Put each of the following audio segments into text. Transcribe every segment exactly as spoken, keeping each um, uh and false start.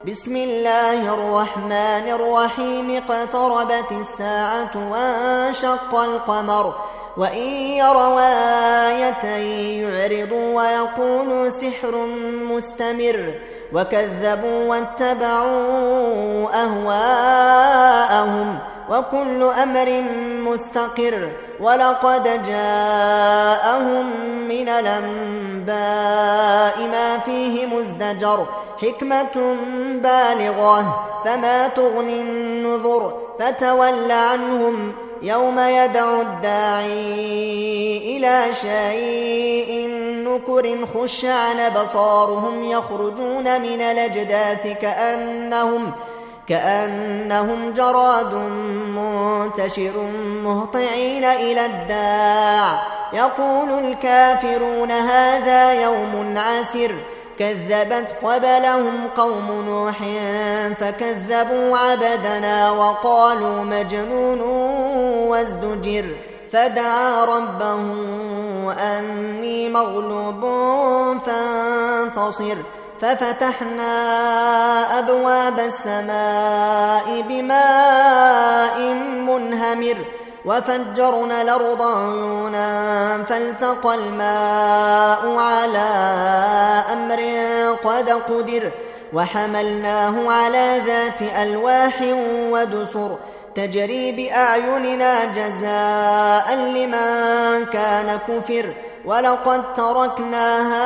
بسم الله الرحمن الرحيم اقتربت الساعة وانشق القمر وإن يروا آية يعرضوا ويقولوا سحر مستمر وكذبوا واتبعوا أهواءهم وكل أمر مستقر ولقد جاءهم من الأنباء ما فيه مزدجر حكمة بالغة فما تغني النذر فتول عنهم يوم يدعو الداعي إلى شيء نكر خش عن أبصارهم يخرجون من الأجداث كأنهم كأنهم جراد منتشر مهطعين إلى الداع يقول الكافرون هذا يوم عسر كذبت قبلهم قوم نوح فكذبوا عبدنا وقالوا مجنون وازدجر فدعا ربه أني مغلوب فانتصر ففتحنا أبواب السماء بماء منهمر وفجرنا الأرض عيونا فالتقى الماء على أمر قد قدر وحملناه على ذات ألواح ودسر تجري بأعيننا جزاء لمن كان كفر ولقد تركناها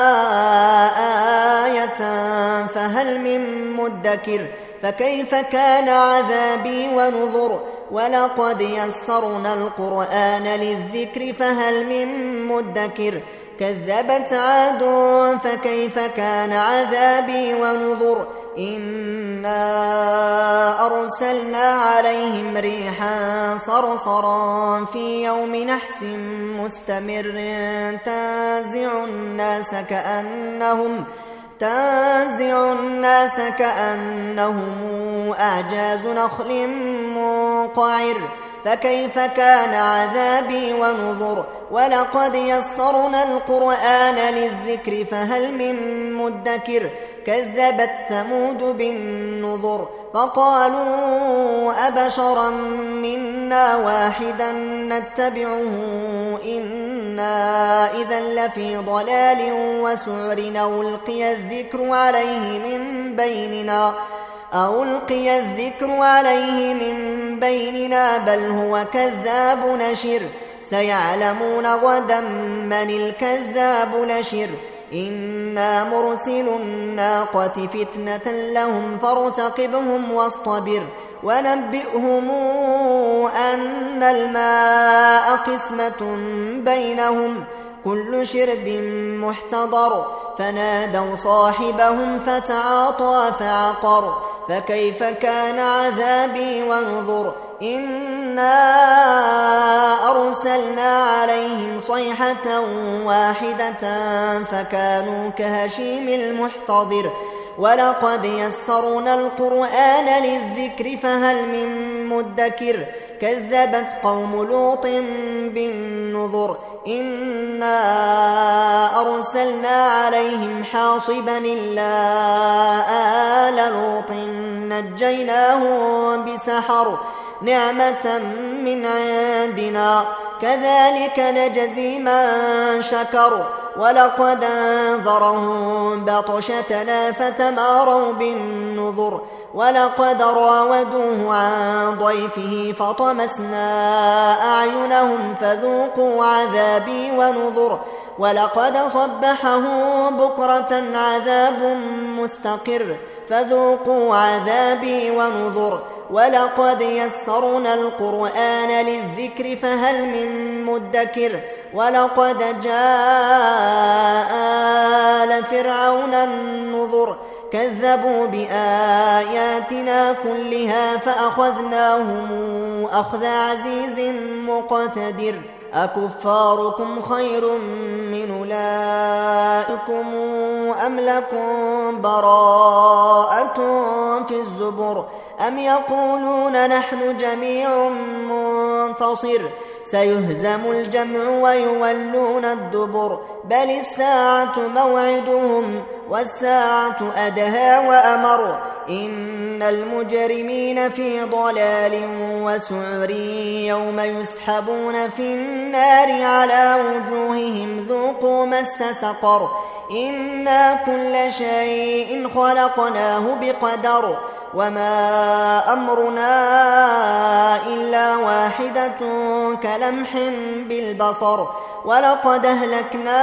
آية فهل من مدكر فكيف كان عذابي ونذر ولقد يسرنا القرآن للذكر فهل من مدكر كذبت عاد فكيف كان عذابي ونذر إنا أرسلنا عليهم ريحا صرصرا في يوم نحس مستمر تنزع الناس كأنهم تنزع الناس كأنهم أعجاز نخل منقعر فكيف كان عذابي ونذر ولقد يسرنا القرآن للذكر فهل من مدكر كذبت ثمود بالنذر فقالوا أبشرا منا واحدا نتبعه إنا إذا لفي ضلال وسعر أو ألقي الذكر عليه من بيننا أو ألقي الذكر عليه من بيننا بل هو كذاب نشر سيعلمون غدا من الكذاب نشر إنا مرسل الناقة فتنة لهم فارتقبهم واصطبر ونبئهم أن الماء قسمة بينهم كل شرب محتضر فنادوا صاحبهم فتعاطى فعقر فكيف كان عذابي ونذر إنا أرسلنا عليهم صيحة واحدة فكانوا كهشيم المحتضر ولقد يسرنا القرآن للذكر فهل من مدكر كذبت قوم لوط بالنذر إنا أرسلنا عليهم حاصبا إلا آل لوط نجيناهم بسحر نعمة من عندنا كذلك نجزي من شكر ولقد أنذرهم بطشتنا فتماروا بالنذر ولقد راودوه عن ضيفه فطمسنا أعينهم فذوقوا عذابي ونذر ولقد صبحه بكرة عذاب مستقر فذوقوا عذابي ونذر ولقد يسرنا القرآن للذكر فهل من مدكر ولقد جاء آل فرعون النذر كذبوا بآياتنا كلها فأخذناهم أخذ عزيز مقتدر أكفاركم خير من أولئكم أم لكم براءة في الزبر أم يقولون نحن جميع منتصر سيهزم الجمع ويولون الدبر بل الساعة موعدهم والساعة أدهى وأمر إن المجرمين في ضلال وسعر يوم يسحبون في النار على وجوههم ذوقوا مس سقر إنا كل شيء خلقناه بقدر وما أمرنا إلا واحدة كلمح بالبصر ولقد أهلكنا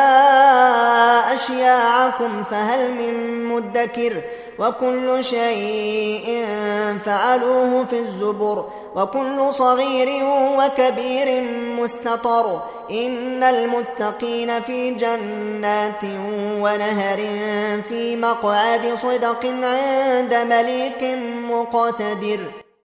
أشياعكم فهل من مدكر وكل شيء فعلوه في الزبر وكل صغير وكبير مستطر إن المتقين في جنات ونهر في مقعد صدق عند مليك مقتدر.